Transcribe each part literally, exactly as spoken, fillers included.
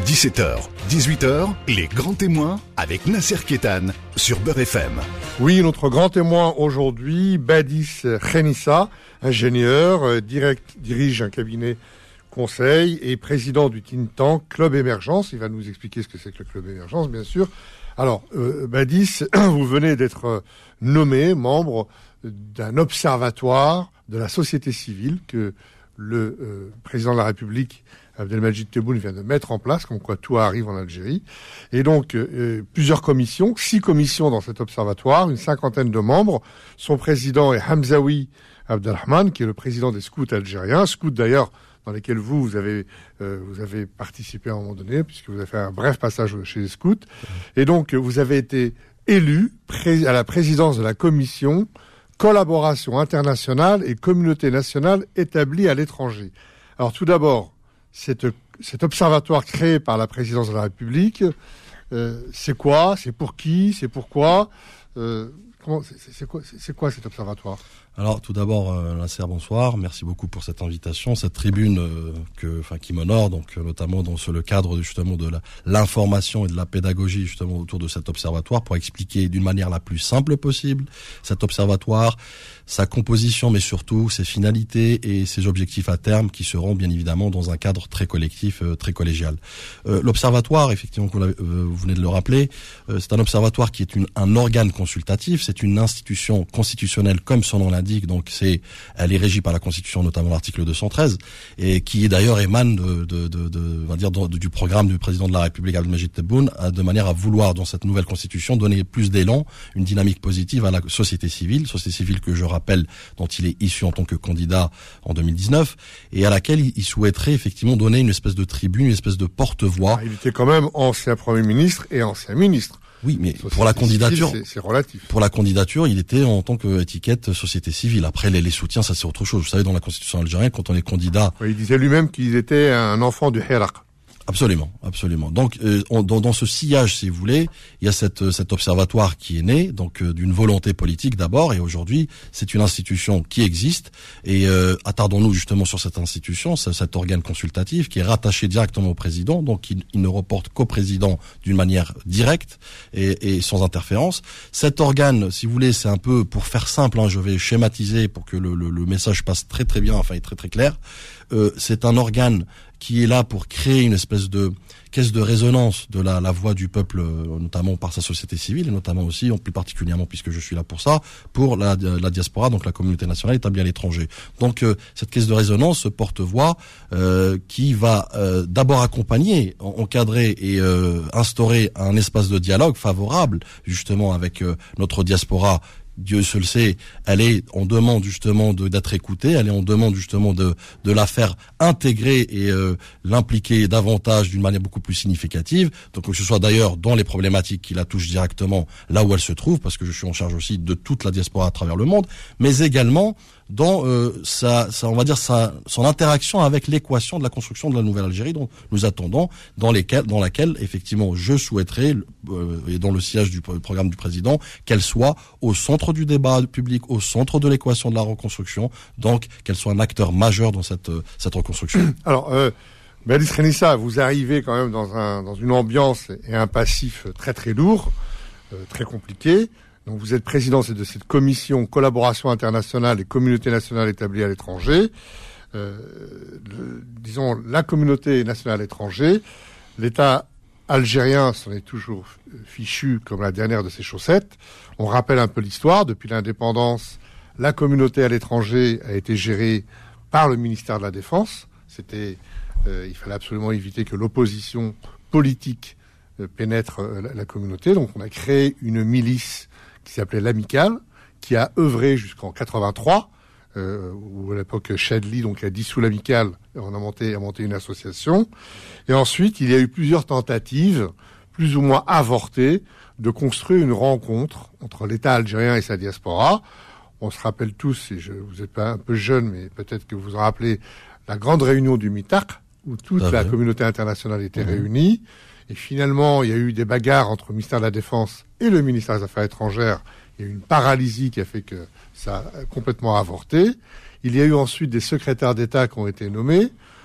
dix-sept heures, dix-huit heures, les grands témoins avec Nasser Kétan sur Beurre F M. Oui, notre grand témoin aujourd'hui, Badis Khenissa, ingénieur, direct, dirige un cabinet conseil et président du think tank Club Émergence. Il va nous expliquer ce que c'est que le Club Émergence, bien sûr. Alors, euh, Badis, vous venez d'être nommé membre d'un observatoire de la société civile que le euh, président de la République, Abdelmadjid Tebboune, vient de mettre en place, comme quoi tout arrive en Algérie. Et donc, euh, plusieurs commissions, six commissions dans cet observatoire, une cinquantaine de membres. Son président est Hamzaoui Abdelrahman, qui est le président des scouts algériens. Scouts, d'ailleurs, dans lesquels vous, vous avez, euh, vous avez participé à un moment donné, puisque vous avez fait un bref passage chez les scouts. Et donc, vous avez été élu pré- à la présidence de la commission collaboration internationale et communauté nationale établie à l'étranger. Alors, tout d'abord, cette, cet observatoire créé par la présidence de la République, euh, c'est quoi? C'est pour qui? C'est pourquoi? euh, comment, c'est, c'est, quoi, c'est, c'est quoi cet observatoire? Alors, tout d'abord, euh, Nasser, bonsoir. Merci beaucoup pour cette invitation, cette tribune euh, que, enfin, qui m'honore, donc euh, notamment dans ce, le cadre justement de la, l'information et de la pédagogie justement autour de cet observatoire pour expliquer d'une manière la plus simple possible cet observatoire, sa composition, mais surtout ses finalités et ses objectifs à terme qui seront bien évidemment dans un cadre très collectif, euh, très collégial. Euh, l'observatoire, effectivement, vous, euh, vous venez de le rappeler, euh, c'est un observatoire qui est une, un organe consultatif, c'est une institution constitutionnelle comme son nom l'indique. Donc c'est, elle est régie par la Constitution, notamment l'article deux cent treize, et qui d'ailleurs émane de, de, de, de on va dire, de, du programme du président de la République Abdelmadjid Tebboune, de manière à vouloir, dans cette nouvelle Constitution, donner plus d'élan, une dynamique positive à la société civile, société civile que je rappelle, dont il est issu en tant que candidat en deux mille dix-neuf, et à laquelle il souhaiterait effectivement donner une espèce de tribune, une espèce de porte-voix. Ah, il était quand même ancien Premier ministre et ancien ministre. Oui, mais société pour la candidature, civile, c'est, c'est relatif. Pour la candidature, il était en tant qu'étiquette société civile. Après, les, les soutiens, ça c'est autre chose. Vous savez, dans la Constitution algérienne, quand on est candidat, oui, il disait lui-même qu'il était un enfant du Hirak. Absolument, absolument. Donc, euh, on, dans, dans ce sillage, si vous voulez, il y a cette, cet observatoire qui est né, donc euh, d'une volonté politique d'abord, et aujourd'hui, c'est une institution qui existe. Et euh, attardons-nous justement sur cette institution, c'est cet organe consultatif qui est rattaché directement au président, donc il, il ne reporte qu'au président d'une manière directe et, et sans interférence. Cet organe, si vous voulez, c'est un peu, pour faire simple, hein, je vais schématiser pour que le, le, le message passe très très bien, enfin, est très très clair. Euh, c'est un organe qui est là pour créer une espèce de caisse de résonance de la, la voix du peuple, notamment par sa société civile, et notamment aussi, plus particulièrement, puisque je suis là pour ça, pour la, la diaspora, donc la communauté nationale établie à l'étranger. Donc, euh, cette caisse de résonance, ce porte-voix, euh, qui va euh, d'abord accompagner, encadrer et euh, instaurer un espace de dialogue favorable, justement, avec euh, notre diaspora. Dieu se le sait, elle est en demande justement de, d'être écoutée, elle est en demande justement de, de la faire intégrer et euh, l'impliquer davantage d'une manière beaucoup plus significative. Donc que ce soit d'ailleurs dans les problématiques qui la touchent directement là où elle se trouve, parce que je suis en charge aussi de toute la diaspora à travers le monde, mais également dans euh, sa, sa, on va dire sa, son interaction avec l'équation de la construction de la nouvelle Algérie dont nous attendons, dans lesquelles, dans laquelle effectivement je souhaiterais euh, et dans le sillage du programme du président qu'elle soit au centre du débat public, au centre de l'équation de la reconstruction, donc qu'elle soit un acteur majeur dans cette cette reconstruction. Alors, euh, Badis Khenissa, vous arrivez quand même dans un dans une ambiance et un passif très très lourd, euh, très compliqué. Donc vous êtes président de cette commission collaboration internationale et communauté nationale établie à l'étranger. Euh, le, disons, la communauté nationale à l'étranger, l'État algérien s'en est toujours fichu comme la dernière de ses chaussettes. On rappelle un peu l'histoire. Depuis l'indépendance, la communauté à l'étranger a été gérée par le ministère de la Défense. C'était, euh, il fallait absolument éviter que l'opposition politique euh, pénètre euh, la, la communauté. Donc on a créé une milice qui s'appelait l'Amicale, qui a œuvré jusqu'en quatre-vingt-trois, euh, où à l'époque Chadli donc a dissous l'Amicale, et on a monté, a monté une association. Et ensuite, il y a eu plusieurs tentatives, plus ou moins avortées, de construire une rencontre entre l'État algérien et sa diaspora. On se rappelle tous, et je, vous êtes pas un peu jeune, mais peut-être que vous vous en rappelez, la grande réunion du Mitaq, où toute ah, la oui. communauté internationale était mmh. réunie. Et finalement, il y a eu des bagarres entre le ministère de la Défense et le ministère des Affaires étrangères. Il y a eu une paralysie qui a fait que ça a complètement avorté. Il y a eu ensuite des secrétaires d'État qui ont été nommés.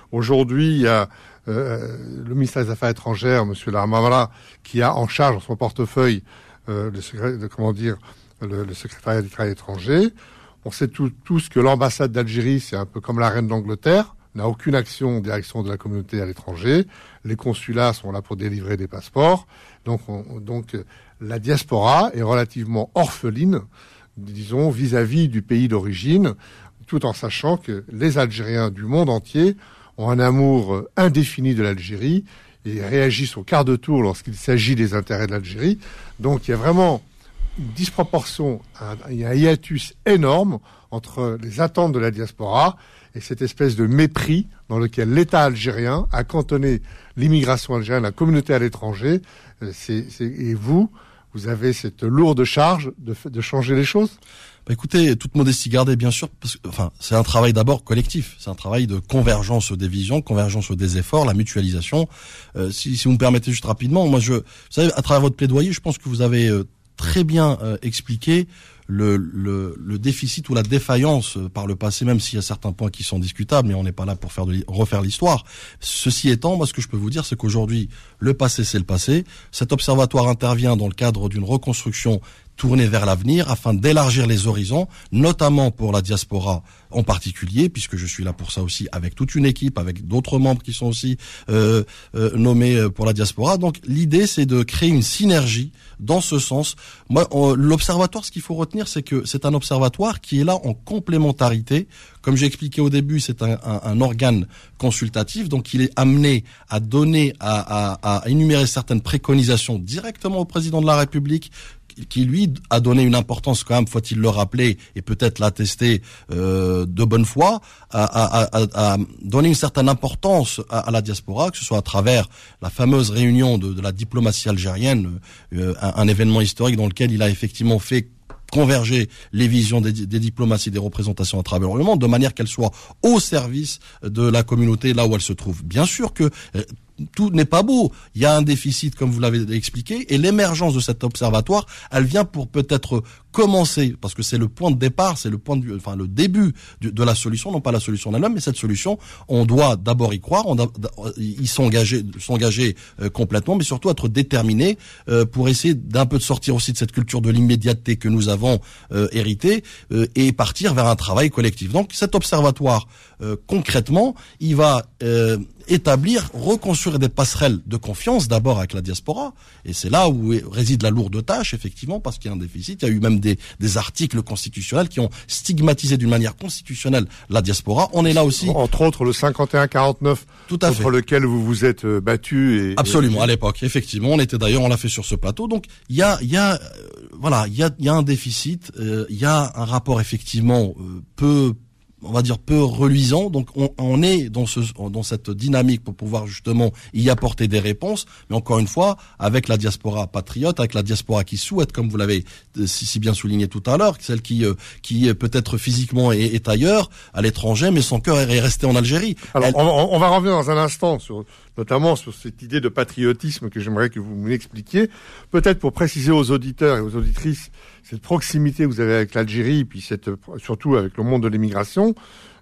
Aujourd'hui, il y a euh, le ministère des Affaires étrangères, Monsieur Lamamra, qui a en charge dans son portefeuille euh, le, secré- de, comment dire, le, le secrétariat du travail étranger. On sait tous tous que l'ambassade d'Algérie, c'est un peu comme la reine d'Angleterre, n'a aucune action en direction de la communauté à l'étranger. Les consulats sont là pour délivrer des passeports. Donc, on, donc la diaspora est relativement orpheline, disons, vis-à-vis du pays d'origine, tout en sachant que les Algériens du monde entier ont un amour indéfini de l'Algérie et réagissent au quart de tour lorsqu'il s'agit des intérêts de l'Algérie. Donc il y a vraiment une disproportion, un, il y a un hiatus énorme entre les attentes de la diaspora et cette espèce de mépris dans lequel l'État algérien a cantonné l'immigration algérienne, la communauté à l'étranger. C'est, c'est, et vous, vous avez cette lourde charge de, de changer les choses ? Bah écoutez, toute modestie gardée, bien sûr, parce que, enfin, c'est un travail d'abord collectif, c'est un travail de convergence des visions, convergence des efforts, la mutualisation. Euh, si, si vous me permettez juste rapidement, moi, je, vous savez, à travers votre plaidoyer, je pense que vous avez euh, très bien euh, expliqué le, le, le déficit ou la défaillance euh, par le passé, même s'il y a certains points qui sont discutables, mais on n'est pas là pour faire de, refaire l'histoire. Ceci étant, moi, ce que je peux vous dire, c'est qu'aujourd'hui, le passé, c'est le passé. Cet observatoire intervient dans le cadre d'une reconstruction tourner vers l'avenir afin d'élargir les horizons, notamment pour la diaspora en particulier, puisque je suis là pour ça aussi avec toute une équipe, avec d'autres membres qui sont aussi euh, euh, nommés pour la diaspora. Donc l'idée, c'est de créer une synergie dans ce sens. Moi, on, l'observatoire, ce qu'il faut retenir, c'est que c'est un observatoire qui est là en complémentarité. Comme j'ai expliqué au début, c'est un, un, un organe consultatif, donc il est amené à donner, à, à, à énumérer certaines préconisations directement au président de la République, qui lui a donné une importance quand même, faut-il le rappeler et peut-être l'attester euh, de bonne foi, à, à, à, à donner une certaine importance à, à la diaspora, que ce soit à travers la fameuse réunion de, de la diplomatie algérienne, euh, un, un événement historique dans lequel il a effectivement fait converger les visions des, des diplomaties, des représentations à travers le monde, de manière qu'elles soient au service de la communauté là où elle se trouve. Bien sûr que euh, tout n'est pas beau. Il y a un déficit, comme vous l'avez expliqué, et l'émergence de cet observatoire, elle vient pour peut-être commencer, parce que c'est le point de départ, c'est le point de, enfin le début de, de la solution, non pas la solution en elle-même, mais cette solution, on doit d'abord y croire, on doit y s'engager, s'engager euh, complètement, mais surtout être déterminé euh, pour essayer d'un peu de sortir aussi de cette culture de l'immédiateté que nous avons euh, héritée euh, et partir vers un travail collectif. Donc cet observatoire, euh, concrètement, il va euh, établir, reconstruire des passerelles de confiance d'abord avec la diaspora, et c'est là où réside la lourde tâche, effectivement, parce qu'il y a un déficit. Il y a eu même des, des articles constitutionnels qui ont stigmatisé d'une manière constitutionnelle la diaspora. On est là aussi... Entre autres, le cinquante et un quarante-neuf, tout à contre fait. lequel vous vous êtes battu. Et, Absolument, et... à l'époque, effectivement. On était d'ailleurs, on l'a fait sur ce plateau. Donc, il y a, il y a, euh, voilà, il y a, il y a un déficit, euh, il y a un rapport, effectivement, euh, peu... on va dire peu reluisant, donc on, on est dans ce dans cette dynamique pour pouvoir justement y apporter des réponses, mais encore une fois avec la diaspora patriote, avec la diaspora qui souhaite, comme vous l'avez si, si bien souligné tout à l'heure, celle qui qui peut-être physiquement est, est ailleurs, à l'étranger, mais son cœur est resté en Algérie. Alors Elle... on, on va revenir dans un instant sur notamment sur cette idée de patriotisme que j'aimerais que vous m'expliquiez, peut-être pour préciser aux auditeurs et aux auditrices cette proximité que vous avez avec l'Algérie, puis cette, surtout avec le monde de l'immigration.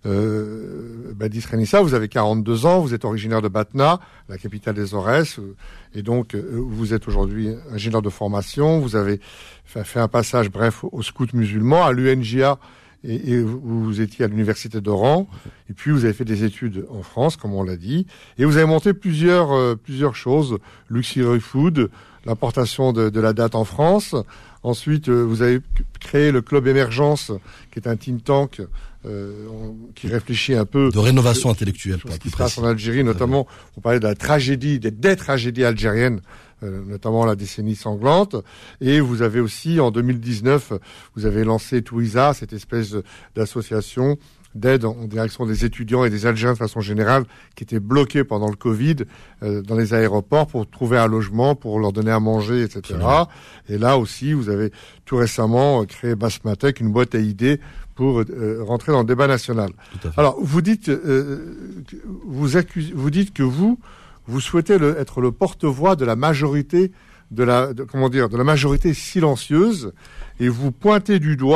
Euh, Badis Khenissa, vous avez quarante-deux ans, vous êtes originaire de Batna, la capitale des Aurès, et donc vous êtes aujourd'hui ingénieur de formation, vous avez fait un passage bref au scout musulman, à l'U N J A, et, et vous, vous étiez à l'université d'Oran, et puis vous avez fait des études en France, comme on l'a dit, et vous avez monté plusieurs euh, plusieurs choses, Luxury Food, l'importation de, de la date en France. Ensuite, euh, vous avez créé le Club Émergence, qui est un think tank euh, qui réfléchit un peu de rénovation intellectuelle, sur ce qui se passe en Algérie, notamment. Vous parlez de la tragédie, des, des tragédies algériennes, euh, notamment la décennie sanglante. Et vous avez aussi, en deux mille dix-neuf, vous avez lancé Touisa, cette espèce d'association d'aide en direction des étudiants et des Algériens de façon générale qui étaient bloqués pendant le Covid euh, dans les aéroports pour trouver un logement, pour leur donner à manger, et cetera. Et là aussi, vous avez tout récemment créé Basmatek, une boîte à idées pour euh, rentrer dans le débat national. Alors, vous dites, euh, vous accusez, vous dites que vous, vous souhaitez le, être le porte-voix de la majorité de la, de, comment dire, de la majorité silencieuse, et vous pointez du doigt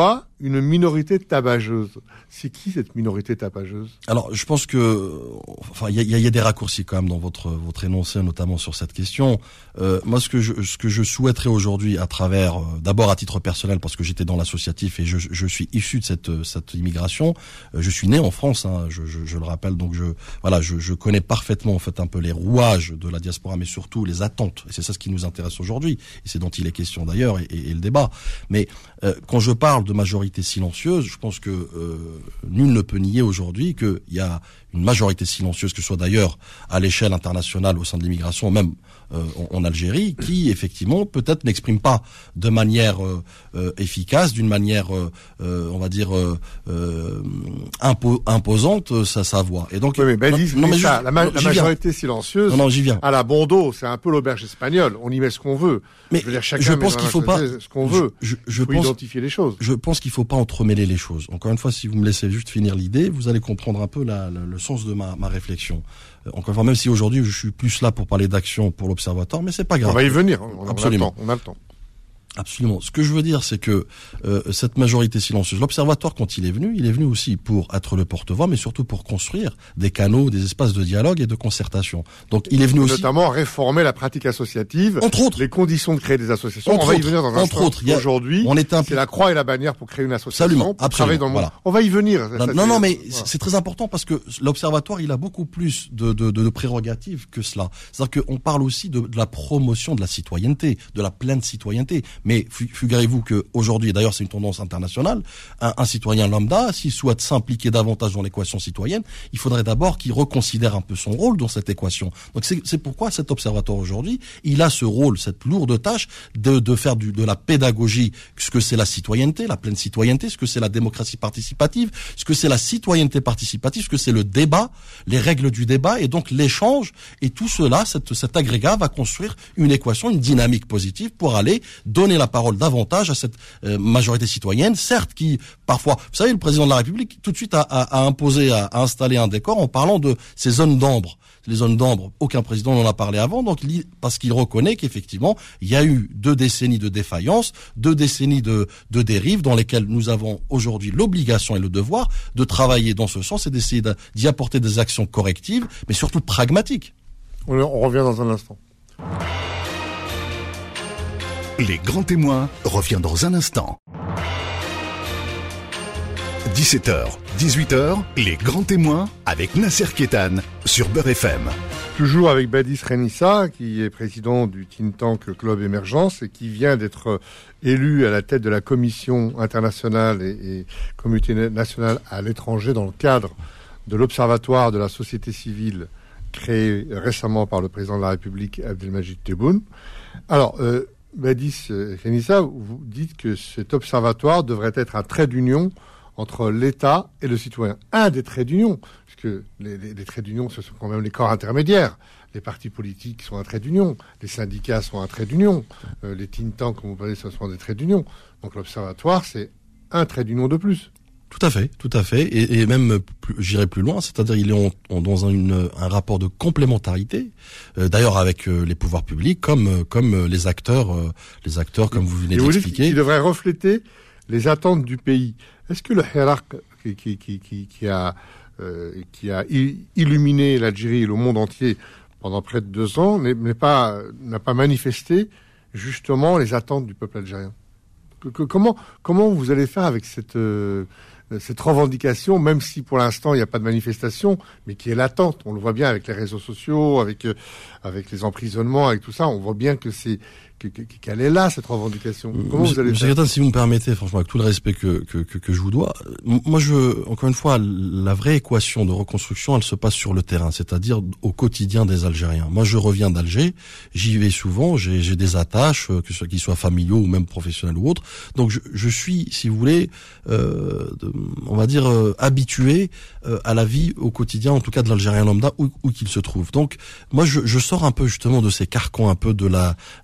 une minorité tapageuse. C'est qui cette minorité tapageuse? Alors, je pense que, enfin, il y a, y a des raccourcis quand même dans votre votre énoncé, notamment sur cette question. Euh, moi, ce que je ce que je souhaiterais aujourd'hui, à travers, euh, d'abord à titre personnel, parce que j'étais dans l'associatif et je je suis issu de cette cette immigration. Euh, je suis né en France, hein, je, je je le rappelle, donc je voilà, je je connais parfaitement en fait un peu les rouages de la diaspora, mais surtout les attentes. Et c'est ça ce qui nous intéresse aujourd'hui, et c'est dont il est question d'ailleurs, et, et, et le débat. Mais euh, quand je parle de majorité silencieuse, je pense que euh, nul ne peut nier aujourd'hui qu'il y a une majorité silencieuse, que ce soit d'ailleurs à l'échelle internationale au sein de l'immigration, même euh, en, en Algérie, qui effectivement peut-être n'exprime pas de manière euh, euh, efficace, d'une manière, euh, euh, on va dire, euh, euh, impo- imposante sa, sa voix. Et donc, oui, mais ben, dis, non, mais ça, je, la, ma- non, la majorité viens. silencieuse, non, non, j'y viens. à la Bondo, c'est un peu l'auberge espagnole. On y met ce qu'on veut. Mais je veux dire, chacun je pense qu'il faut pas ce qu'on veut. Je, je, je il faut pense, identifier les choses. Je pense qu'il faut pas entremêler les choses. Encore une fois, si vous me laissez juste finir l'idée, vous allez comprendre un peu la, la, le sens de ma, ma réflexion. Euh, encore une fois, même si aujourd'hui je suis plus là pour parler d'action pour l'Observatoire, mais c'est pas grave. On va y venir. On, Absolument. On a le temps. On a le temps. Absolument. Ce que je veux dire, c'est que euh, cette majorité silencieuse, l'Observatoire, quand il est venu, il est venu aussi pour être le porte-voix, mais surtout pour construire des canaux, des espaces de dialogue et de concertation. Donc, il est venu et aussi... notamment réformer la pratique associative, entre autres, les conditions de créer des associations. Entre on va y autres, venir dans un entre instant. autres, il y a... Aujourd'hui, on est un... c'est la croix et la bannière pour créer une association. Absolument, pour absolument. Dans le voilà. monde. On va y venir. Non, ça, non, non, mais voilà. c'est très important parce que l'Observatoire, il a beaucoup plus de, de, de, de prérogatives que cela. C'est-à-dire qu'on parle aussi de, de la promotion de la citoyenneté, de la pleine citoyenneté. Mais figurez-vous que aujourd'hui, et d'ailleurs c'est une tendance internationale, un, un citoyen lambda, s'il souhaite s'impliquer davantage dans l'équation citoyenne, il faudrait d'abord qu'il reconsidère un peu son rôle dans cette équation. Donc c'est, c'est pourquoi cet observatoire aujourd'hui, il a ce rôle, cette lourde tâche de, de faire du, de la pédagogie, ce que c'est la citoyenneté, la pleine citoyenneté, ce que c'est la démocratie participative, ce que c'est la citoyenneté participative, ce que c'est le débat, les règles du débat et donc l'échange. Et tout cela, cette, cet agrégat va construire une équation, une dynamique positive pour aller donner la parole davantage à cette Euh, majorité citoyenne, certes, qui parfois, vous savez, le président de la République tout de suite a, a, a imposé, a, a installé un décor en parlant de ces zones d'ombre. Les zones d'ombre, aucun président n'en a parlé avant, donc parce qu'il reconnaît qu'effectivement, il y a eu deux décennies de défaillance, deux décennies de, de dérives dans lesquelles nous avons aujourd'hui l'obligation et le devoir de travailler dans ce sens et d'essayer d'y apporter des actions correctives, mais surtout pragmatiques. On, on revient dans un instant. Les grands témoins revient dans un instant. dix-sept heures, dix-huit heures, les grands témoins avec Nasser Kétan sur Beurre F M. Toujours avec Badis Renissa, qui est président du think tank Club Émergence et qui vient d'être élu à la tête de la commission internationale et, et communauté nationale à l'étranger dans le cadre de l'Observatoire de la société civile créé récemment par le président de la République, Abdelmajid Tebboune. Alors, euh, Badis Renissa, vous dites que cet observatoire devrait être un trait d'union entre l'État et le citoyen. Un des traits d'union, puisque les, les, les traits d'union, ce sont quand même les corps intermédiaires. Les partis politiques sont un trait d'union, les syndicats sont un trait d'union, euh, les think tanks, comme vous parlez, ce sont des traits d'union. Donc l'observatoire, c'est un trait d'union de plus. Tout à fait, tout à fait, et, et même plus, j'irai plus loin, c'est-à-dire il est en, en, dans une, un rapport de complémentarité, euh, d'ailleurs avec euh, les pouvoirs publics comme euh, comme euh, les acteurs, euh, les acteurs comme vous venez d'expliquer. Qui devrait refléter les attentes du pays. Est-ce que le hiérarque qui, qui, qui, qui, qui a euh, qui a illuminé l'Algérie et le monde entier pendant près de deux ans n'est, n'est pas n'a pas manifesté justement les attentes du peuple algérien? que, que, Comment comment vous allez faire avec cette euh, cette revendication, même si pour l'instant il n'y a pas de manifestation, mais qui est latente. On le voit bien avec les réseaux sociaux, avec euh, avec les emprisonnements, avec tout ça. On voit bien que c'est que, que, qu'elle est là, cette revendication. Comment Monsieur, vous allez Monsieur faire? Kétan, si vous me permettez, franchement, avec tout le respect que, que, que, que je vous dois, moi, je, encore une fois, la vraie équation de reconstruction, elle se passe sur le terrain, c'est-à-dire au quotidien des Algériens. Moi, je reviens d'Alger, j'y vais souvent, j'ai, j'ai des attaches, que ce soit qu'ils soient familiaux ou même professionnels ou autres. Donc, je, je suis, si vous voulez, euh, de, on va dire, euh, habitué euh, à la vie au quotidien, en tout cas de l'Algérien lambda, où, où qu'il se trouve. Donc, moi, je, je sors un peu justement de ces carcans, un peu de la, le, le monde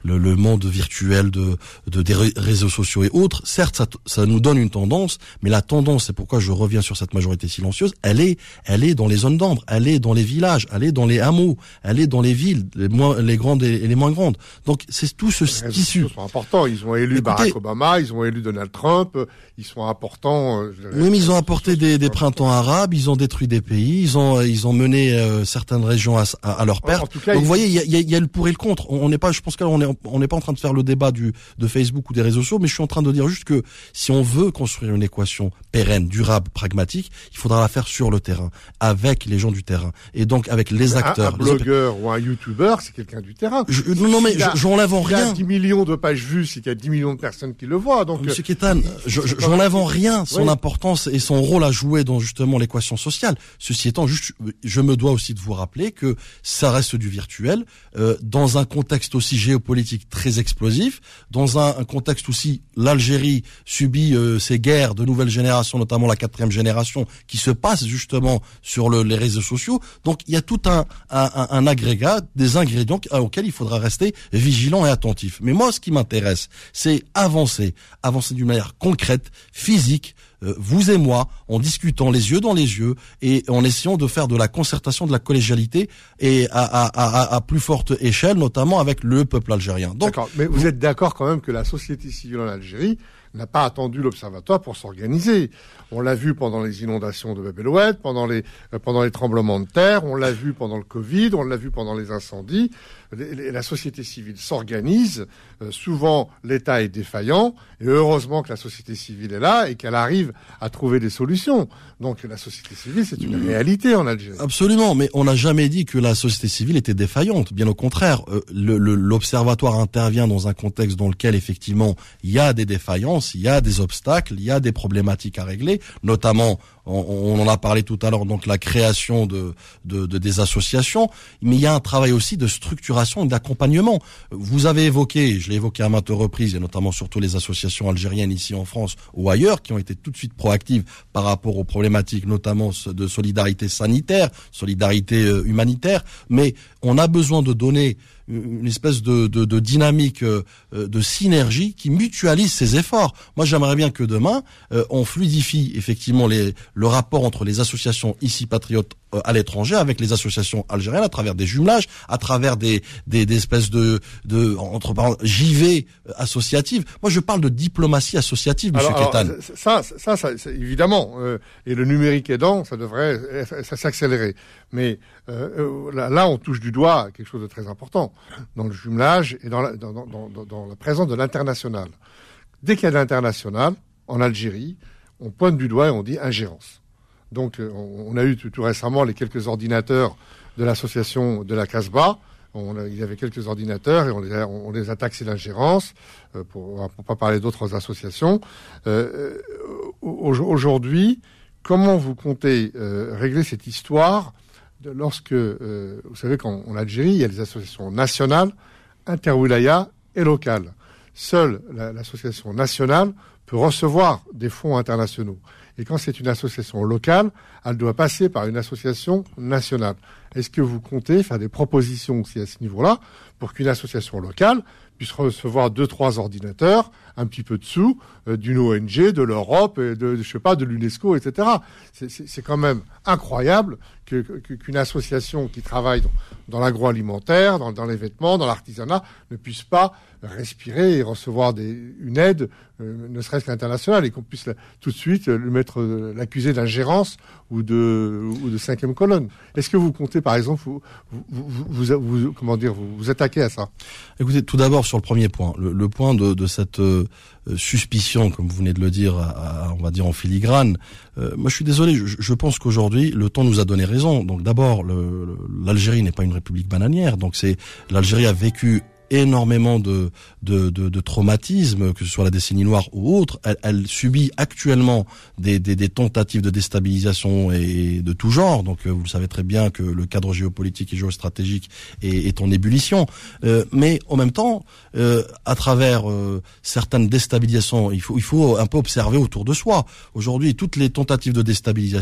monde virtuel de, de des réseaux sociaux et autres. Certes, ça, ça nous donne une tendance, mais la tendance, c'est pourquoi je reviens sur cette majorité silencieuse, elle est, elle est dans les zones d'ombre, elle est dans les villages, elle est dans les hameaux, elle est dans les villes, les moins, les grandes et les moins grandes. Donc c'est tout ce les tissu. Ils sont importants. Ils ont élu Écoutez, Barack Obama, ils ont élu Donald Trump. Ils sont importants. Euh, oui, mais ils ont apporté des, des printemps arabes, ils ont détruit des pays, ils ont, ils ont mené euh, certaines régions à, à, à leur perte. En tout cas, donc vous voyez, il y a, y, a, y a le pour et le contre. On n'est pas, je pense qu'on est, on n'est pas en train de faire le débat du de Facebook ou des réseaux sociaux, mais je suis en train de dire juste que si on veut construire une équation pérenne, durable, pragmatique, il faudra la faire sur le terrain, avec les gens du terrain, et donc avec les acteurs. Un, un blogueur les... ou un youtubeur, c'est quelqu'un du terrain. Je, non, non, mais si j'enlève en rien. Il y a dix millions de pages vues, c'est qu'il y a dix millions de personnes qui le voient. Donc, Monsieur Kétan, j'enlève en rien son oui. importance et son rôle à jouer dans justement l'équation sociale. Ceci étant, juste, je me dois aussi de vous rappeler que ça reste du virtuel, euh, dans un contexte aussi géopolitique très explosif, dans un, un contexte aussi, l'Algérie subit euh, ces guerres de nouvelle génération, notamment la quatrième génération, qui se passe justement sur le, les réseaux sociaux. Donc il y a tout un, un, un agrégat, des ingrédients auxquels il faudra rester vigilant et attentif. Mais moi, ce qui m'intéresse, c'est avancer, avancer d'une manière concrète, physique, euh, vous et moi, en discutant les yeux dans les yeux et en essayant de faire de la concertation, de la collégialité et à, à, à, à plus forte échelle, notamment avec le peuple algérien. Donc, d'accord, mais vous, vous êtes d'accord quand même que la société civile en Algérie n'a pas attendu l'Observatoire pour s'organiser. On l'a vu pendant les inondations de Bab el-Oued, pendant les euh, pendant les tremblements de terre, on l'a vu pendant le Covid, on l'a vu pendant les incendies. Les, les, la société civile s'organise. Euh, souvent, l'État est défaillant, et heureusement que la société civile est là et qu'elle arrive à trouver des solutions. Donc, la société civile, c'est une réalité en Algérie. Absolument, mais on n'a jamais dit que la société civile était défaillante. Bien au contraire, euh, le, le, l'Observatoire intervient dans un contexte dans lequel effectivement il y a des défaillances, il y a des obstacles, il y a des problématiques à régler, notamment, on, on en a parlé tout à l'heure, donc la création de, de, de des associations, mais il y a un travail aussi de structuration et d'accompagnement. Vous avez évoqué, je l'ai évoqué à maintes reprises, et notamment surtout les associations algériennes ici en France ou ailleurs, qui ont été tout de suite proactives par rapport aux problématiques, notamment de solidarité sanitaire, solidarité humanitaire, mais on a besoin de donner une espèce de, de, de dynamique, euh, de synergie qui mutualise ces efforts. Moi, j'aimerais bien que demain, euh, on fluidifie effectivement les, le rapport entre les associations ici patriotes euh, à l'étranger avec les associations algériennes à travers des jumelages, à travers des, des, des espèces de, de entre parenthèses, J V associatives. Moi, je parle de diplomatie associative, Monsieur Kétan. Ça, ça, ça, ça évidemment, euh, et le numérique aidant, ça devrait ça, s'accélérer. Mais euh, là, là, on touche du doigt quelque chose de très important dans le jumelage et dans la, dans, dans, dans, dans la présence de l'international. Dès qu'il y a de l'international, en Algérie, on pointe du doigt et on dit ingérence. Donc, on, on a eu tout, tout récemment les quelques ordinateurs de l'association de la Casbah. On a, il y avait quelques ordinateurs et on les a, on les a taxés d'ingérence, euh, pour pour pas parler d'autres associations. Euh, aujourd'hui, comment vous comptez euh, régler cette histoire de lorsque, euh, vous savez qu'en en Algérie, il y a des associations nationales, interwilaya et locales. Seule la, l'association nationale peut recevoir des fonds internationaux. Et quand c'est une association locale, elle doit passer par une association nationale. Est-ce que vous comptez faire des propositions aussi à ce niveau-là pour qu'une association locale puisse recevoir deux, trois ordinateurs, un petit peu de sous, euh, d'une O N G, de l'Europe, et de, je sais pas, de l'UNESCO, et cetera. C'est, c'est, c'est quand même incroyable que, que, qu'une association qui travaille dans, dans l'agroalimentaire, dans, dans les vêtements, dans l'artisanat, ne puisse pas respirer et recevoir des, une aide, euh, ne serait-ce qu'internationale, et qu'on puisse la, tout de suite lui mettre, euh, l'accuser d'ingérence ou de, ou de cinquième colonne. Est-ce que vous comptez, par exemple, vous, vous, vous, vous, vous comment dire, vous, vous attaquer à ça? Écoutez, tout d'abord sur le premier point, le, le point de, de cette euh, suspicion, comme vous venez de le dire, à, à, on va dire en filigrane. Euh, moi, je suis désolé. Je, je pense qu'aujourd'hui, le temps nous a donné raison. Donc, d'abord, le, le, l'Algérie n'est pas une république bananière. Donc, c'est l'Algérie a vécu énormément de, de, de, de traumatismes, que ce soit la décennie noire ou autre. Elle, elle subit actuellement des, des, des tentatives de déstabilisation et de tout genre. Donc, vous le savez très bien que le cadre géopolitique et géostratégique est, est en ébullition. Euh, mais en même temps, euh, à travers euh, certaines déstabilisations, il faut, il faut un peu observer autour de soi. Aujourd'hui, toutes les tentatives de déstabilisation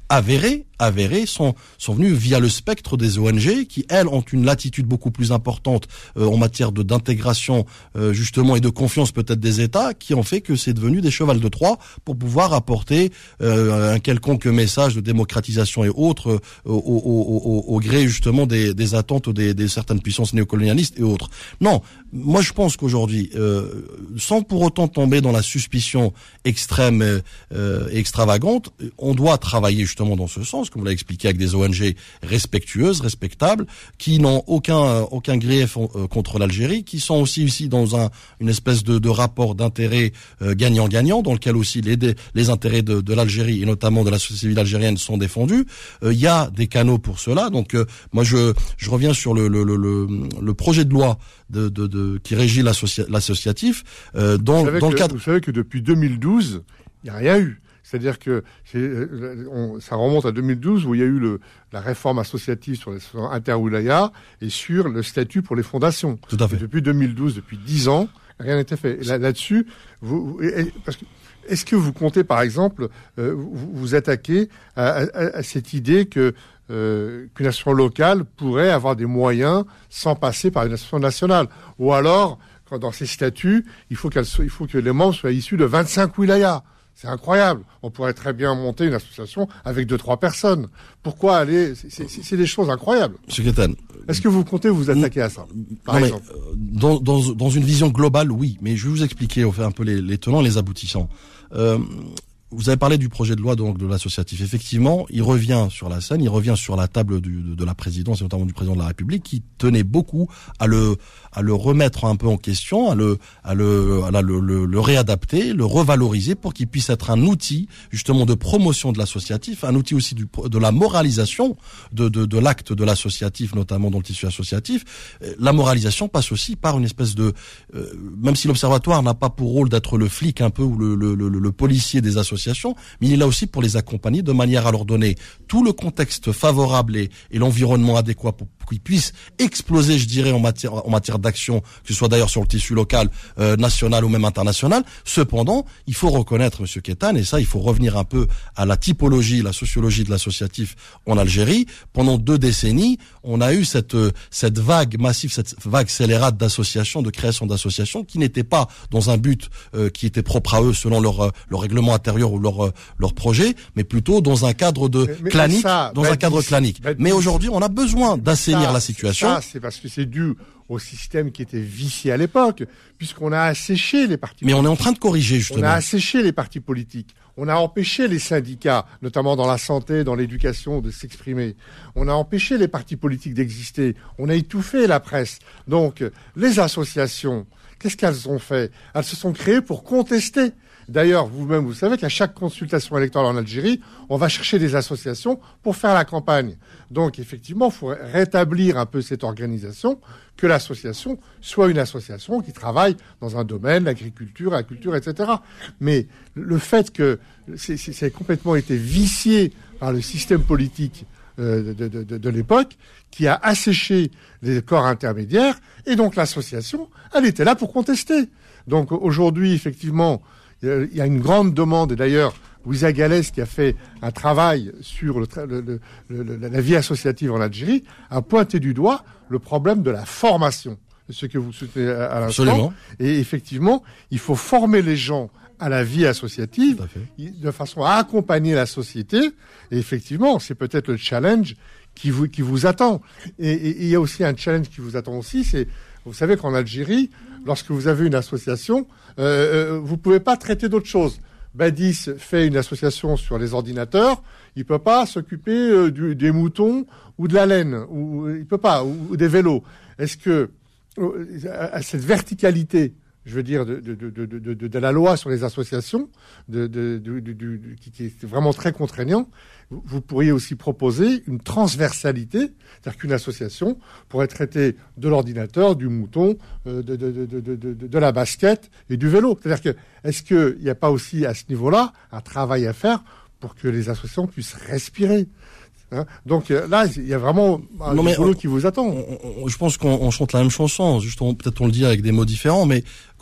avérés, avérés sont sont venus via le spectre des O N G qui elles ont une latitude beaucoup plus importante euh, en matière de d'intégration euh, justement et de confiance peut-être des États, qui ont fait que c'est devenu des chevals de Troie pour pouvoir apporter euh, un quelconque message de démocratisation et autres euh, au, au, au, au gré justement des, des attentes des, des certaines puissances néocolonialistes et autres. Non, moi je pense qu'aujourd'hui, euh, sans pour autant tomber dans la suspicion extrême et euh, extravagante, on doit travailler justement dans ce sens, comme vous l'avez expliqué, avec des O N G respectueuses, respectables, qui n'ont aucun aucun grief euh, contre l'Algérie, qui sont aussi ici dans un une espèce de, de rapport d'intérêt euh, gagnant-gagnant, dans lequel aussi les les intérêts de, de l'Algérie et notamment de la société civile algérienne sont défendus. Il euh, y a des canaux pour cela. Donc euh, moi je je reviens sur le le le, le, le projet de loi de, de, de qui régit l'associa, l'associatif euh, dans dans que, le cadre. Vous savez que depuis deux mille douze, il n'y a rien eu. C'est-à-dire que c'est, on, ça remonte à deux mille douze où il y a eu le, la réforme associative sur les interwilaya et sur le statut pour les fondations. Tout à fait. Et depuis deux mille douze, depuis dix ans, rien n'a été fait. Et là, là-dessus, vous, parce que, est-ce que vous comptez, par exemple, euh, vous, vous attaquer à, à, à cette idée que euh, qu'une nation locale pourrait avoir des moyens sans passer par une nation nationale, ou alors, quand dans ces statuts, il faut qu'elle soit, il faut que les membres soient issus de vingt-cinq wilayas. C'est incroyable. On pourrait très bien monter une association avec deux, trois personnes. Pourquoi aller c'est, c'est, c'est des choses incroyables. Monsieur Kétan, est-ce que vous comptez vous attaquer à ça, par non, exemple? Mais, dans, dans, dans une vision globale, oui. Mais je vais vous expliquer un peu les, les tenants et les aboutissants. Euh, Vous avez parlé du projet de loi donc de l'associatif. Effectivement, il revient sur la scène, il revient sur la table du, de, de la présidence et notamment du président de la République, qui tenait beaucoup à le à le remettre un peu en question, à le à le à le, le, le réadapter, le revaloriser pour qu'il puisse être un outil justement de promotion de l'associatif, un outil aussi du, de la moralisation de de, de l'acte de l'associatif, notamment dans le tissu associatif. La moralisation passe aussi par une espèce de euh, même si l'observatoire n'a pas pour rôle d'être le flic un peu ou le le, le, le policier des associations, mais il est là aussi pour les accompagner de manière à leur donner tout le contexte favorable et, et l'environnement adéquat pour, pour qu'ils puissent exploser, je dirais, en matière, en matière d'action, que ce soit d'ailleurs sur le tissu local, euh, national ou même international. Cependant, il faut reconnaître, Monsieur Kétan, et ça, il faut revenir un peu à la typologie, la sociologie de l'associatif en Algérie. Pendant deux décennies, on a eu cette cette vague massive, cette vague scélérate d'associations, de création d'associations, qui n'étaient pas dans un but euh, qui était propre à eux selon leur leur règlement intérieur ou leur leur projet, mais plutôt dans un cadre de mais, mais clanique, ça, dans bah, un cadre dis, clanique. bah, mais aujourd'hui, on a besoin d'assainir ça, la situation. Ça, c'est parce que c'est dû au système qui était vicié à l'époque, puisqu'on a asséché les partis Mais politiques. on est en train de corriger, justement. On a asséché les partis politiques. On a empêché les syndicats, notamment dans la santé, dans l'éducation, de s'exprimer. On a empêché les partis politiques d'exister. On a étouffé la presse. Donc, les associations, qu'est-ce qu'elles ont fait? Elles se sont créées pour contester. D'ailleurs, vous-même, vous savez qu'à chaque consultation électorale en Algérie, on va chercher des associations pour faire la campagne. Donc, effectivement, il faut rétablir un peu cette organisation, que l'association soit une association qui travaille dans un domaine, l'agriculture, la culture, et cetera. Mais le fait que c'est, c'est, c'est complètement été vicié par le système politique euh, de, de, de, de l'époque, qui a asséché les corps intermédiaires, et donc l'association, elle était là pour contester. Donc, aujourd'hui, effectivement, il y a une grande demande, et d'ailleurs, Louisa Gallès, qui a fait un travail sur le, le, le, le, la vie associative en Algérie, a pointé du doigt le problème de la formation, ce que vous souhaitez à, à l'instant. Absolument. Et effectivement, il faut former les gens à la vie associative, de façon à accompagner la société. Et effectivement, c'est peut-être le challenge qui vous, qui vous attend. Et, et, et il y a aussi un challenge qui vous attend aussi, c'est, vous savez qu'en Algérie, lorsque vous avez une association, euh, vous pouvez pas traiter d'autre chose. Badis fait une association sur les ordinateurs, il peut pas s'occuper euh, du, des moutons ou de la laine, ou il peut pas, ou, ou des vélos. Est-ce que euh, à cette verticalité, je veux dire, de, de, de, de, de, de la loi sur les associations, de, de, de, de, de, qui, qui est vraiment très contraignant, vous pourriez aussi proposer une transversalité, c'est-à-dire qu'une association pourrait traiter de l'ordinateur, du mouton, euh, de, de, de, de, de, de la basket et du vélo. C'est-à-dire que, est-ce qu'il n'y a pas aussi à ce niveau-là un travail à faire pour que les associations puissent respirer? Hein, donc là, il y a vraiment un boulot qui vous attend. On, on, je pense qu'on on chante la même chanson, juste on, peut-être on le dit avec des mots différents, mais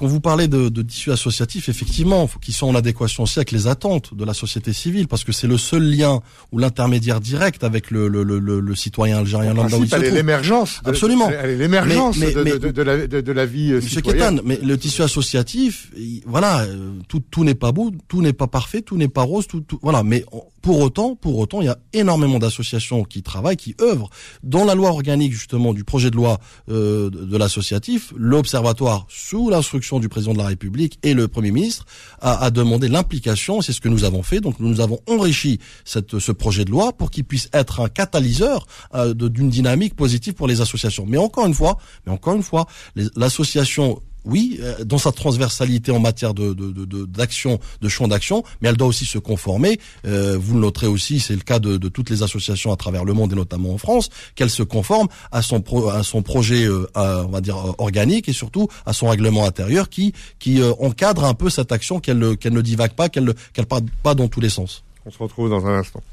quand vous parlez de, de tissu associatif, effectivement, faut qu'ils soient en adéquation aussi avec les attentes de la société civile, parce que c'est le seul lien ou l'intermédiaire direct avec le, le, le, le, le citoyen algérien lambda où il se trouve. Elle est l'émergence. De, Absolument. Elle est l'émergence mais, mais, de, de, de, la, de, de la vie Monsieur citoyenne. Kétan, mais le tissu associatif, il, voilà, tout, tout n'est pas beau, tout n'est pas parfait, tout n'est pas rose, tout, tout voilà. Mais pour autant, pour autant, il y a énormément d'associations qui travaillent, qui œuvrent. Dans la loi organique justement du projet de loi euh, de, de l'associatif, l'Observatoire, sous l'instruction du président de la République et le Premier ministre, a, a demandé l'implication. C'est ce que nous avons fait. Donc nous avons enrichi cette, ce projet de loi pour qu'il puisse être un catalyseur euh, de, d'une dynamique positive pour les associations. Mais encore une fois, mais encore une fois, les, l'association, oui, euh, dans sa transversalité en matière de, de, de, de d'action, de champ d'action, mais elle doit aussi se conformer. Euh, vous le noterez aussi, c'est le cas de, de toutes les associations à travers le monde et notamment en France, qu'elle se conforme à son pro, à son projet, euh, à, on va dire euh, organique et surtout à son règlement intérieur qui qui euh, encadre un peu cette action, qu'elle qu'elle ne divague pas, qu'elle qu'elle parte pas dans tous les sens. On se retrouve dans un instant.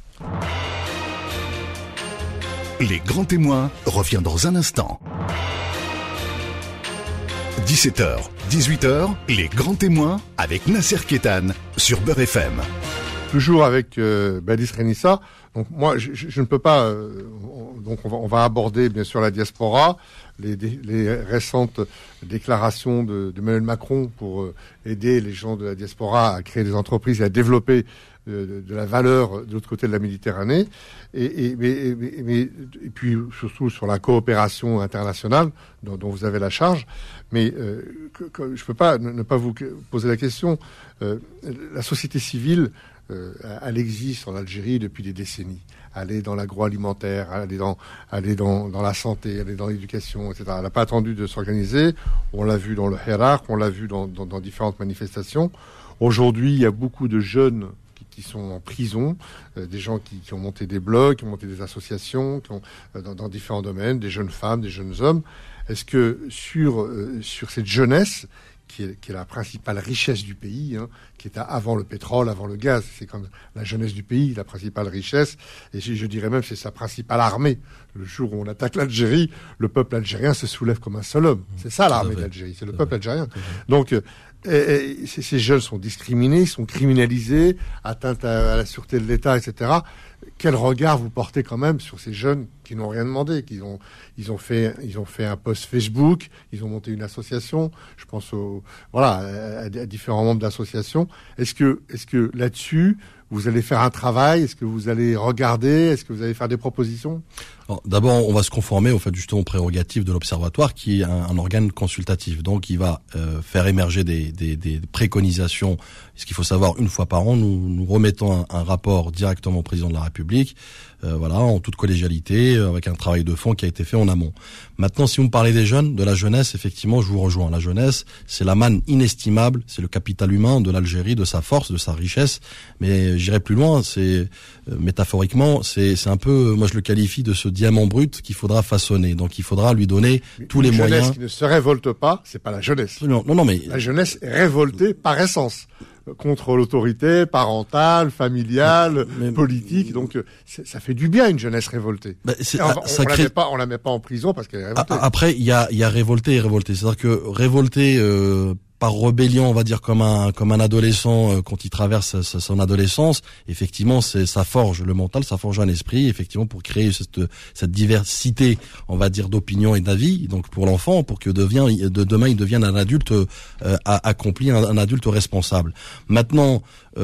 Les grands témoins revient dans un instant. dix-sept heures, dix-huit heures, les grands témoins avec Nasser Kétan sur Beurre F M. Toujours avec euh, Badis Renissa. Donc moi, je, je, je ne peux pas. Euh, on, donc on va, on va aborder bien sûr la diaspora, les, les récentes déclarations de, de Emmanuel Macron pour euh, aider les gens de la diaspora à créer des entreprises et à développer euh, de, de la valeur de l'autre côté de la Méditerranée. Et, et, mais, mais, mais, et puis surtout sur la coopération internationale dont, dont vous avez la charge. Mais euh, que, que, je ne peux pas ne, ne pas vous poser la question. Euh, la société civile. Euh, elle existe en Algérie depuis des décennies. Elle est dans l'agroalimentaire, elle est dans, elle est dans, dans la santé, elle est dans l'éducation, et cetera. Elle n'a pas attendu de s'organiser. On l'a vu dans le Hirak, on l'a vu dans, dans, dans différentes manifestations. Aujourd'hui, il y a beaucoup de jeunes qui, qui sont en prison, euh, des gens qui, qui ont monté des blogs, qui ont monté des associations, qui ont, euh, dans, dans différents domaines, des jeunes femmes, des jeunes hommes. Est-ce que sur, euh, sur cette jeunesse, Qui est, qui est la principale richesse du pays, hein, qui est à, avant le pétrole, avant le gaz. C'est comme la jeunesse du pays, la principale richesse. Et je, je dirais même c'est sa principale armée. Le jour où on attaque l'Algérie, le peuple algérien se soulève comme un seul homme. C'est ça l'armée d'Algérie, c'est le peuple algérien. Donc euh, et, et, ces, ces jeunes sont discriminés, sont criminalisés, atteints à, à la sûreté de l'État, et cetera. Quel regard vous portez quand même sur ces jeunes qui n'ont rien demandé, qui ont ils ont fait ils ont fait un post Facebook, ils ont monté une association. Je pense au voilà à, à différents membres d'associations. Est-ce que est-ce que là-dessus vous allez faire un travail? Est-ce que vous allez regarder? Est-ce que vous allez faire des propositions? Alors, d'abord, on va se conformer au fait justement aux prérogatives de l'Observatoire, qui est un, un organe consultatif. Donc, il va euh, faire émerger des, des, des préconisations. Ce qu'il faut savoir, une fois par an, nous, nous remettons un, un rapport directement au président de la République, euh, voilà, en toute collégialité, avec un travail de fond qui a été fait en amont. Maintenant, si vous me parlez des jeunes, de la jeunesse, effectivement, je vous rejoins. La jeunesse, c'est la manne inestimable, c'est le capital humain de l'Algérie, de sa force, de sa richesse. Mais j'irai plus loin, c'est euh, métaphoriquement, c'est, c'est un peu, moi je le qualifie de ce diamant brut qu'il faudra façonner. Donc il faudra lui donner tous les moyens. La jeunesse qui ne se révolte pas, c'est pas la jeunesse. Non, non, non, mais la jeunesse est révoltée par essence contre l'autorité parentale, familiale, mais, politique. Donc ça fait du bien une jeunesse révoltée. Bah, c'est, on, ça on, crée... la met pas, on la met pas en prison parce qu'elle est révoltée. Après, il y a, il y a révolté et révolté. C'est-à-dire que révolté. Euh, par rébellion, on va dire comme un comme un adolescent euh, quand il traverse sa, son adolescence, effectivement, c'est ça forge le mental, ça forge un esprit, effectivement, pour créer cette cette diversité, on va dire, d'opinions et d'avis. Donc pour l'enfant, pour que devient de demain il devienne un adulte euh, accompli, un, un adulte responsable. Maintenant,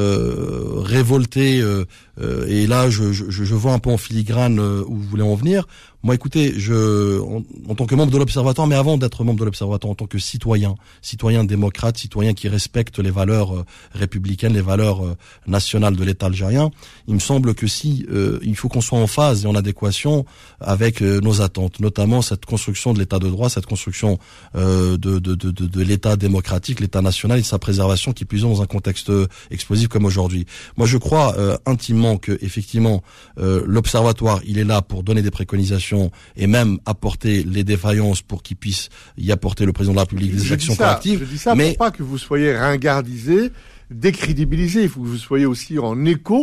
euh, révolté, euh, euh, et là je, je je vois un peu en filigrane euh, où vous voulez en venir. Moi, écoutez, je, en, en tant que membre de l'Observatoire, mais avant d'être membre de l'Observatoire, en tant que citoyen, citoyen démocrate, citoyen qui respecte les valeurs euh, républicaines, les valeurs euh, nationales de l'État algérien, il me semble que si euh, il faut qu'on soit en phase et en adéquation avec euh, nos attentes, notamment cette construction de l'État de droit, cette construction euh, de, de, de, de, de l'État démocratique, l'État national et de sa préservation, qui plus est dans un contexte explosif comme aujourd'hui. Moi, je crois euh, intimement que effectivement euh, l'Observatoire, il est là pour donner des préconisations et même apporter les défaillances pour qu'il puisse y apporter le président de la République des je actions ça, correctives. Je dis ça mais pour pas que vous soyez ringardisé, décrédibilisé. Il faut que vous soyez aussi en écho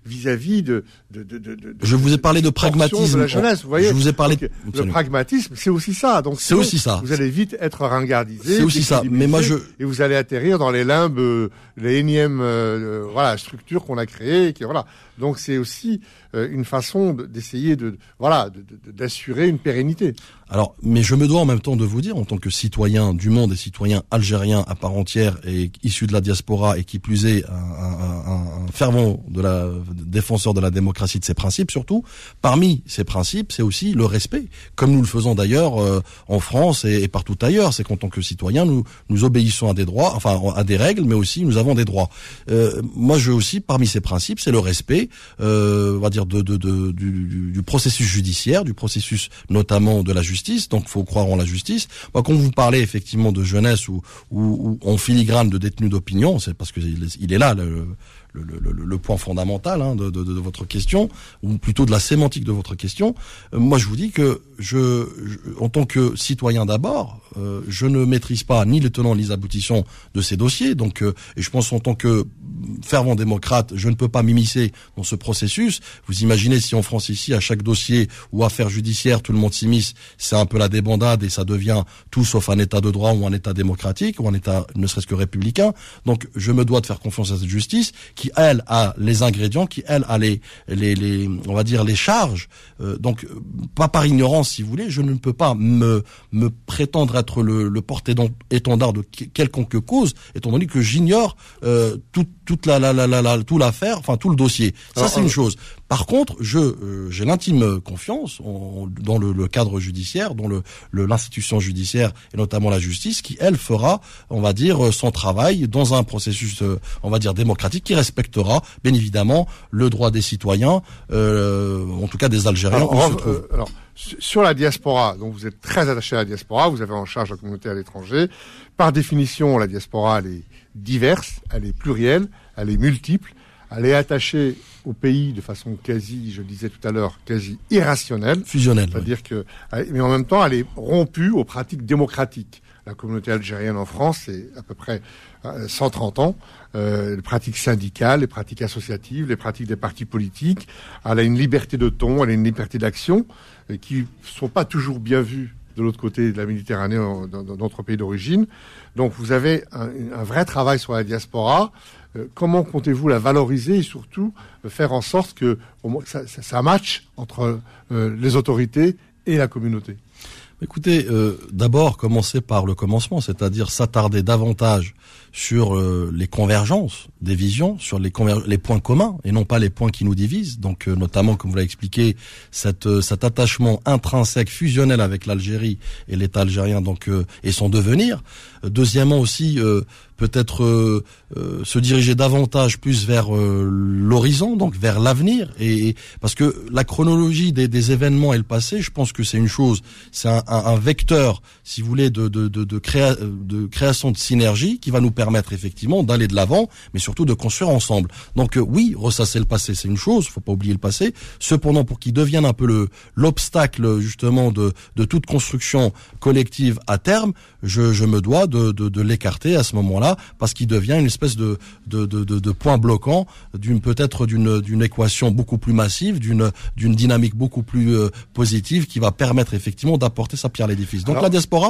vis-à-vis de, de, de, de, de je vous ai parlé de pragmatisme. De la jeunesse, vous voyez. Je vous ai parlé. Donc, le pragmatisme, c'est aussi ça. Donc c'est aussi ça. Vous allez vite être ringardisé. C'est aussi ça. Mais moi je et vous allez atterrir dans les limbes, euh, les énièmes, euh, voilà, structures qu'on a créées, qui voilà. Donc c'est aussi euh, une façon d'essayer de, voilà, de, de, d'assurer une pérennité. Alors, mais je me dois en même temps de vous dire, en tant que citoyen du monde et citoyen algérien à part entière et issu de la diaspora et qui plus est un, un, un, un fervent de la défenseur de la démocratie, de ses principes surtout, parmi ces principes, c'est aussi le respect, comme nous le faisons d'ailleurs euh, en France et, et partout ailleurs. C'est qu'en tant que citoyen, nous nous obéissons à des droits, enfin à des règles, mais aussi nous avons des droits. Euh, moi, je aussi parmi ces principes, c'est le respect, euh, on va dire de, de, de du, du, du processus judiciaire, du processus notamment de la justice. Donc, faut croire en la justice. Moi, quand vous parlez effectivement de jeunesse ou ou, ou en filigrane de détenus d'opinion, c'est parce que il est là le Le, le, le point fondamental hein, de, de, de votre question, ou plutôt de la sémantique de votre question. Euh, moi, je vous dis que je, je en tant que citoyen d'abord, euh, je ne maîtrise pas ni les tenants ni les aboutissants de ces dossiers. Donc, euh, et je pense en tant que fervent démocrate, je ne peux pas m'immiscer dans ce processus. Vous imaginez si en France ici, à chaque dossier ou affaire judiciaire, tout le monde s'immisce, c'est un peu la débandade et ça devient tout sauf un État de droit ou un État démocratique ou un État ne serait-ce que républicain. Donc, je me dois de faire confiance à cette justice qui, elle, a les ingrédients, qui, elle, a les, les, les on va dire, les charges. Euh, donc, pas par ignorance, si vous voulez, je ne peux pas me, me prétendre être le, le porte-étendard de quelconque cause, étant donné que j'ignore euh, tout, toute la, la, la, la, la, tout l'affaire, enfin tout le dossier. Ça, Alors, c'est une chose. Par contre, je, euh, j'ai l'intime confiance en, dans le, le cadre judiciaire, dans le, le, l'institution judiciaire et notamment la justice, qui, elle, fera, on va dire, son travail dans un processus, euh, on va dire, démocratique, qui respectera, bien évidemment, le droit des citoyens, euh, en tout cas des Algériens. Alors, où on, se trouvent. Euh, alors, sur la diaspora, donc vous êtes très attaché à la diaspora, vous avez en charge la communauté à l'étranger. Par définition, la diaspora, elle est diverse, elle est plurielle, elle est multiple, elle est attachée au pays de façon quasi, je le disais tout à l'heure, quasi irrationnelle. Fusionnelle. C'est-à-dire que, mais en même temps, elle est rompue aux pratiques démocratiques. La communauté algérienne en France, c'est à peu près cent trente ans. Euh, les pratiques syndicales, les pratiques associatives, les pratiques des partis politiques. Elle a une liberté de ton, elle a une liberté d'action euh, qui ne sont pas toujours bien vues de l'autre côté de la Méditerranée, dans, dans notre pays d'origine. Donc vous avez un, un vrai travail sur la diaspora. Euh, comment comptez-vous la valoriser et surtout euh, faire en sorte que au moins, ça, ça, ça matche entre euh, les autorités et la communauté? Écoutez, euh, d'abord, commencer par le commencement, c'est-à-dire s'attarder davantage sur euh, les convergences des visions, sur les, conver- les points communs et non pas les points qui nous divisent. Donc, euh, notamment, comme vous l'avez expliqué, cette, euh, cet attachement intrinsèque, fusionnel avec l'Algérie et l'État algérien, donc euh, et son devenir. Euh, deuxièmement aussi, euh, peut-être euh, euh, se diriger davantage plus vers euh, l'horizon, donc vers l'avenir, et, et parce que la chronologie des, des événements et le passé, je pense que c'est une chose, c'est un, un, un vecteur, si vous voulez, de, de, de, de, créa, de création de synergie qui va nous permettre effectivement d'aller de l'avant, mais surtout de construire ensemble. Donc euh, oui, ressasser le passé, c'est une chose, faut pas oublier le passé. Cependant, pour qu'il devienne un peu le l'obstacle justement de, de toute construction collective à terme, je, je me dois de, de, de l'écarter à ce moment-là, parce qu'il devient une espèce de, de, de, de, de point bloquant d'une peut-être d'une, d'une équation beaucoup plus massive, d'une, d'une dynamique beaucoup plus euh, positive qui va permettre effectivement d'apporter sa pierre à l'édifice. Donc Alors... la diaspora.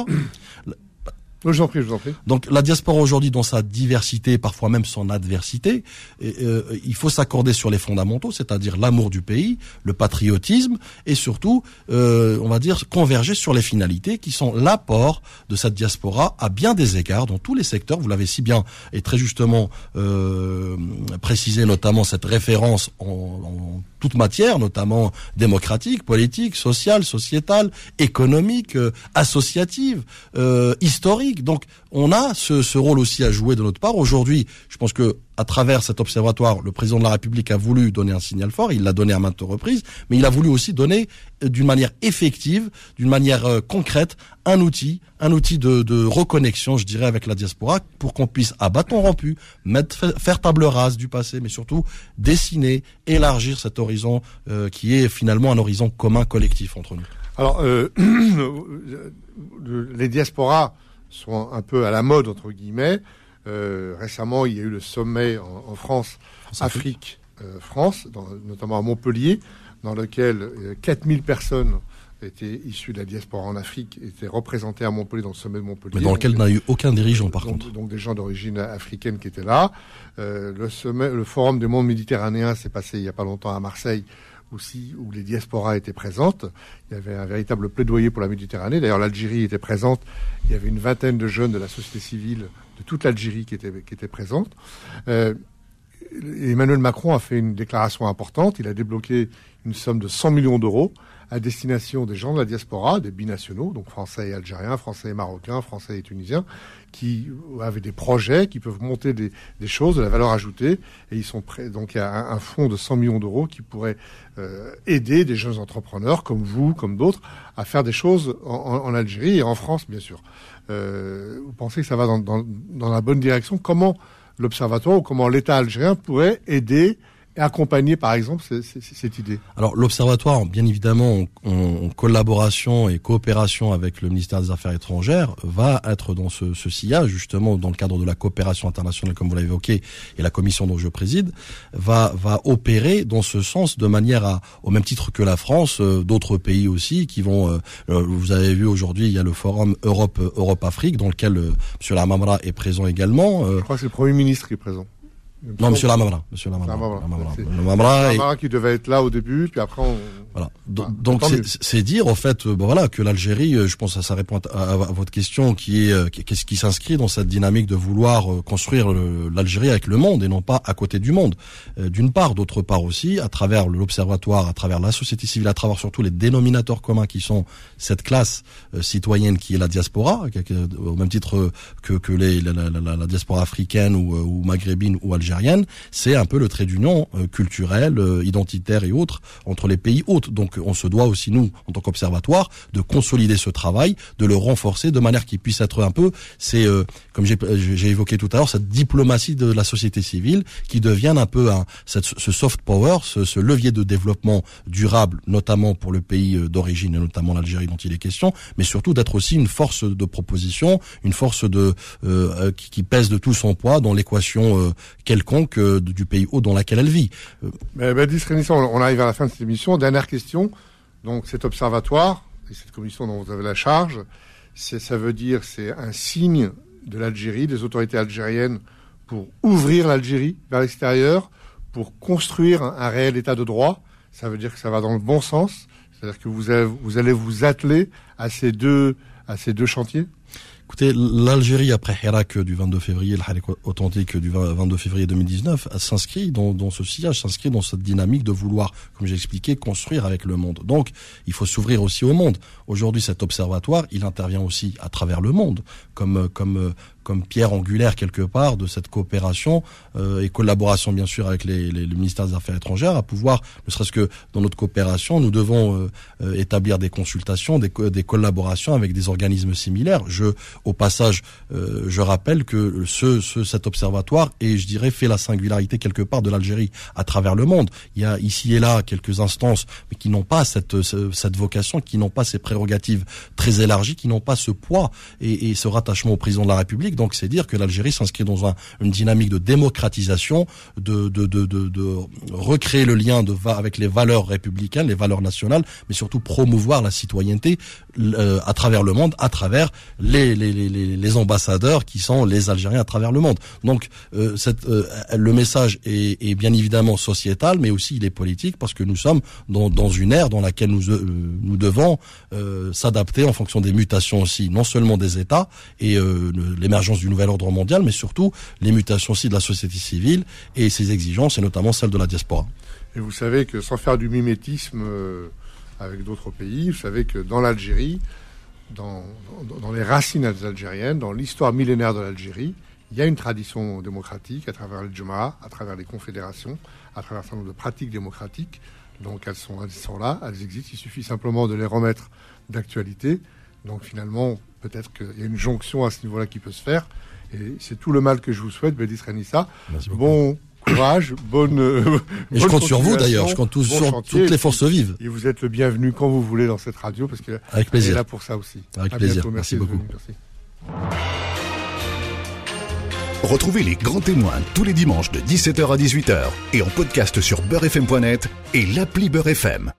Je vous en prie, je vous en prie. Donc la diaspora aujourd'hui, dans sa diversité, parfois même son adversité, et, euh, il faut s'accorder sur les fondamentaux, c'est-à-dire l'amour du pays, le patriotisme, et surtout, euh, on va dire, converger sur les finalités qui sont l'apport de cette diaspora à bien des égards, dans tous les secteurs. Vous l'avez si bien et très justement euh, précisé, notamment cette référence en, en toute matière, notamment démocratique, politique, sociale, sociétale, économique, euh, associative, euh, historique. Donc, on a ce, ce rôle aussi à jouer de notre part. Aujourd'hui, je pense que à travers cet observatoire, le président de la République a voulu donner un signal fort. Il l'a donné à maintes reprises, mais il a voulu aussi donner euh, d'une manière effective, d'une manière euh, concrète, un outil, un outil de, de reconnexion, je dirais, avec la diaspora, pour qu'on puisse, à bâton rompu, mettre, faire table rase du passé, mais surtout dessiner, élargir cet horizon euh, qui est finalement un horizon commun, collectif entre nous. Alors, euh, les diasporas sont un peu à la mode, entre guillemets. Euh, récemment, il y a eu le sommet en, en France, Afrique, euh, France, dans, notamment à Montpellier, dans lequel euh, quatre mille personnes étaient issues de la diaspora en Afrique, étaient représentées à Montpellier, dans le sommet de Montpellier. Mais dans lequel n'a eu aucun dirigeant, par donc, contre. Donc des gens d'origine africaine qui étaient là. Euh, le sommet, le forum du monde méditerranéen s'est passé il n'y a pas longtemps à Marseille, aussi, où les diasporas étaient présentes. Il y avait un véritable plaidoyer pour la Méditerranée. D'ailleurs, l'Algérie était présente. Il y avait une vingtaine de jeunes de la société civile de toute l'Algérie qui étaient, qui étaient présentes. Euh, Emmanuel Macron a fait une déclaration importante. Il a débloqué une somme de cent millions d'euros à destination des gens de la diaspora, des binationaux, donc français et algériens, français et marocains, français et tunisiens, qui avaient des projets, qui peuvent monter des, des choses, de la valeur ajoutée, et ils sont prêts. Donc il y a un, un fonds de cent millions d'euros qui pourrait euh, aider des jeunes entrepreneurs comme vous, comme d'autres, à faire des choses en, en, en Algérie et en France, bien sûr. Euh, vous pensez que ça va dans, dans, dans la bonne direction? Comment l'Observatoire ou comment l'État algérien pourrait aider et accompagner, par exemple, c- c- cette idée? Alors, l'Observatoire, bien évidemment, en, en collaboration et coopération avec le ministère des Affaires étrangères, va être dans ce, ce sillage, justement, dans le cadre de la coopération internationale, comme vous l'avez évoqué, et la commission dont je préside, va, va opérer dans ce sens de manière à, au même titre que la France, euh, d'autres pays aussi, qui vont, euh, vous avez vu aujourd'hui, il y a le forum Europe, Europe-Afrique, dans lequel euh, M. Lamamra est présent également. Euh, je crois que c'est le Premier ministre qui est présent. Non, Monsieur Lamamra, Monsieur Lamamra. Lamamra, Lamamra qui devait être là au début, puis après on... Voilà. Ah, donc c'est, c'est dire en fait, bon, voilà, que l'Algérie, je pense que ça répond à, à, à votre question, qui est qu'est-ce qui s'inscrit dans cette dynamique de vouloir construire le, l'Algérie avec le monde et non pas à côté du monde. Euh, d'une part, d'autre part aussi, à travers l'Observatoire, à travers la société civile, à travers surtout les dénominateurs communs qui sont cette classe euh, citoyenne qui est la diaspora, qui, qui, au même titre que que les la, la, la, la diaspora africaine ou, ou maghrébine ou algérienne, c'est un peu le trait d'union euh, culturel, euh, identitaire et autres entre les pays hôtes. Donc on se doit aussi, nous, en tant qu'observatoire, de consolider ce travail, de le renforcer de manière qu'il puisse être un peu, c'est euh, comme j'ai, j'ai évoqué tout à l'heure, cette diplomatie de la société civile qui devienne un peu un, cette, ce soft power, ce, ce levier de développement durable, notamment pour le pays d'origine et notamment l'Algérie dont il est question, mais surtout d'être aussi une force de proposition, une force de euh, qui, qui pèse de tout son poids dans l'équation euh, quelconque euh, du pays hôte dans laquelle elle vit. Euh, mais, mais on arrive à la fin de cette émission. Dernière question. Donc cet observatoire et cette commission dont vous avez la charge, c'est, ça veut dire c'est un signe de l'Algérie, des autorités algériennes pour ouvrir l'Algérie vers l'extérieur, pour construire un, un réel état de droit. Ça veut dire que ça va dans le bon sens. C'est-à-dire que vous allez vous, allez vous atteler à ces deux, à ces deux chantiers. Écoutez, l'Algérie, après Hirak du vingt-deux février, le Hirak authentique du vingt-deux février deux mille dix-neuf, s'inscrit dans, dans ce sillage, s'inscrit dans cette dynamique de vouloir, comme j'ai expliqué, construire avec le monde. Donc, il faut s'ouvrir aussi au monde. Aujourd'hui, cet observatoire, il intervient aussi à travers le monde, comme, comme, comme pierre angulaire quelque part de cette coopération euh, et collaboration, bien sûr, avec les, les, le ministère des Affaires étrangères, à pouvoir, ne serait-ce que dans notre coopération, nous devons euh, euh, établir des consultations, des, des collaborations avec des organismes similaires. Je Au passage, euh, je rappelle que ce, ce, cet observatoire et je dirais fait la singularité quelque part de l'Algérie à travers le monde. Il y a ici et là quelques instances, mais qui n'ont pas cette, cette vocation, qui n'ont pas ces prérogatives très élargies, qui n'ont pas ce poids et, et ce rattachement au président de la République. Donc c'est dire que l'Algérie s'inscrit dans un, une dynamique de démocratisation, de, de, de, de, de recréer le lien de, avec les valeurs républicaines, les valeurs nationales, mais surtout promouvoir la citoyenneté euh, à travers le monde, à travers les, les Les, les, les ambassadeurs qui sont les Algériens à travers le monde. Donc euh, cette, euh, le message est, est bien évidemment sociétal, mais aussi il est politique parce que nous sommes dans, dans une ère dans laquelle nous, euh, nous devons euh, s'adapter en fonction des mutations aussi, non seulement des États et euh, l'émergence du nouvel ordre mondial, mais surtout les mutations aussi de la société civile et ses exigences, et notamment celles de la diaspora. Et vous savez que sans faire du mimétisme euh, avec d'autres pays, vous savez que dans l'Algérie, Dans, dans, dans les racines algériennes, dans l'histoire millénaire de l'Algérie, il y a une tradition démocratique à travers le Jama'a, à travers les confédérations, à travers un certain nombre de pratiques démocratiques. Donc elles sont, elles sont là, elles existent, il suffit simplement de les remettre d'actualité. Donc finalement, peut-être qu'il y a une jonction à ce niveau-là qui peut se faire. Et c'est tout le mal que je vous souhaite, Bédis Renissa. Bon courage, bonne. Euh, et je compte sur vous d'ailleurs, je compte tous bon sur chantier, toutes les forces vives. Et vous êtes le bienvenu quand vous voulez dans cette radio parce que avec plaisir. Elle est là pour ça aussi. Avec à plaisir. Bientôt. Merci, Merci beaucoup. Merci. Retrouvez les grands témoins tous les dimanches de dix-sept heures à dix-huit heures et en podcast sur beurre f m point net et l'appli Beurre F M.